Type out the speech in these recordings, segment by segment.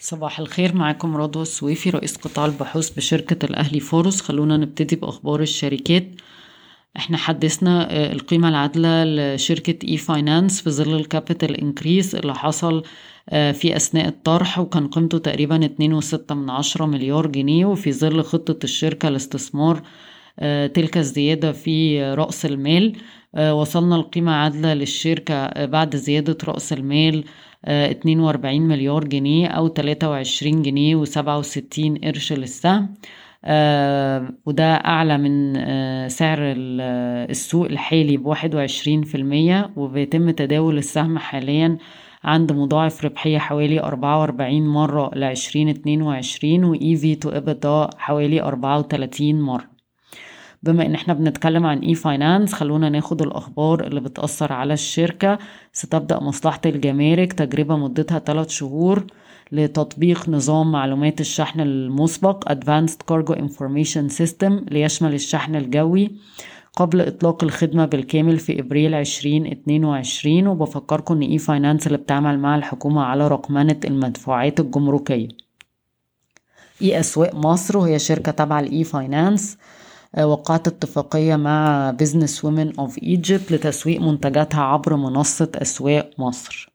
صباح الخير، معاكم رضوى السويفي رئيس قطاع البحوث بشركة الأهلي فورس. خلونا نبتدي بأخبار الشركات. احنا حدثنا القيمة العادلة لشركة اي فاينانس في ظل الكابيتال انكريس اللي حصل في أثناء الطرح، وكان قيمته تقريبا 2.6 مليار جنيه، وفي ظل خطة الشركة لاستثمار تلك الزيادة في رأس المال. وصلنا القيمة عادلة للشركة بعد زيادة رأس المال 42 مليار جنيه أو 23 جنيه و67 قرش للسهم. وده أعلى من سعر السوق الحالي ب21%، وبيتم تداول السهم حاليا عند مضاعف ربحية حوالي 44 مرة ل2022، و EV to EBITDA حوالي 34 مرة. بما ان احنا بنتكلم عن اي فاينانس، خلونا ناخد الاخبار اللي بتأثر على الشركة. ستبدأ مصلحة الجمارك تجربة مدتها 3 شهور لتطبيق نظام معلومات الشحن المسبق Advanced Cargo Information System ليشمل الشحن الجوي قبل إطلاق الخدمة بالكامل في إبريل 2022. وبفكركم ان اي فاينانس اللي بتعمل مع الحكومة على رقمنة المدفوعات الجمركية. اي أسواق مصر، وهي شركة تابعة لإي فاينانس، وقعت اتفاقية مع Business Women of Egypt لتسويق منتجاتها عبر منصة أسواق مصر.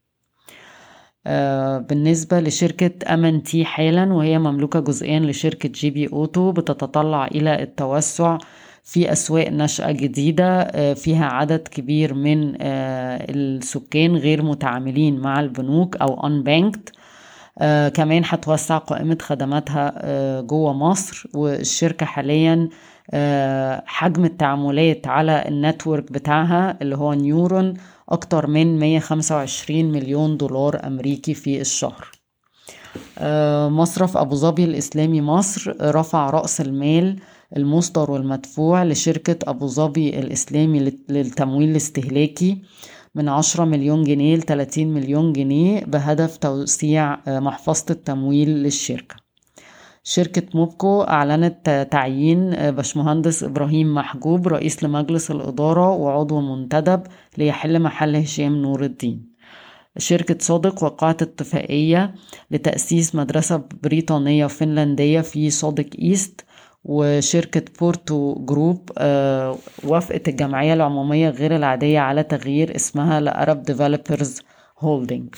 بالنسبة لشركة أمنتي حالا، وهي مملوكة جزئيا لشركة جي بي أوتو، بتتطلع إلى التوسع في أسواق نشأة جديدة فيها عدد كبير من السكان غير متعاملين مع البنوك أو unbanked. كمان هتوسع قائمة خدماتها جوه مصر، والشركة حاليا حجم التعاملات على النتورك بتاعها اللي هو نيورون أكتر من 125 مليون دولار أمريكي في الشهر. مصرف أبو ظبي الإسلامي مصر رفع رأس المال المصدر والمدفوع لشركة أبو ظبي الإسلامي للتمويل الاستهلاكي من 10 مليون جنيه ل 30 مليون جنيه بهدف توسيع محفظة التمويل للشركة. شركة موبكو أعلنت تعيين باشمهندس إبراهيم محجوب رئيس لمجلس الإدارة وعضو منتدب ليحل محل هشام نور الدين. شركة صادق وقعت اتفاقية لتأسيس مدرسة بريطانية فنلندية في صادق إيست. وشركة بورتو جروب وافقت الجمعية العمومية غير العادية على تغيير اسمها لأرب ديفلوبرز هولدينج.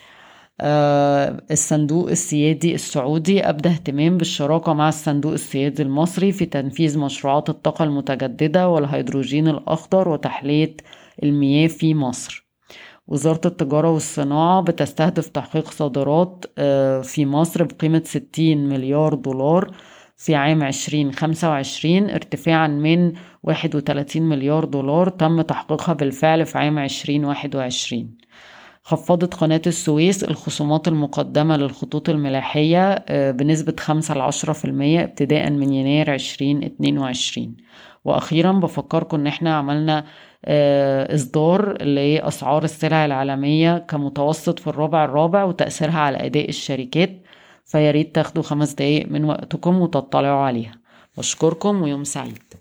الصندوق السيادي السعودي أبدى اهتمام بالشراكة مع الصندوق السيادي المصري في تنفيذ مشروعات الطاقة المتجددة والهيدروجين الأخضر وتحلية المياه في مصر. وزارة التجارة والصناعة بتستهدف تحقيق صادرات في مصر بقيمة 60 مليار دولار في عام 2025، ارتفاعا من 31 مليار دولار تم تحقيقها بالفعل في عام 2021. خفضت قناة السويس الخصومات المقدمة للخطوط الملاحية بنسبة 5-10% ابتداء من يناير 2022. وأخيرا بفكركم ان احنا عملنا إصدار لأسعار السلع العالمية كمتوسط في الربع الرابع وتأثيرها على أداء الشركات، فياريت تاخدوا 5 دقايق من وقتكم وتطلعوا عليها. بشكركم ويوم سعيد.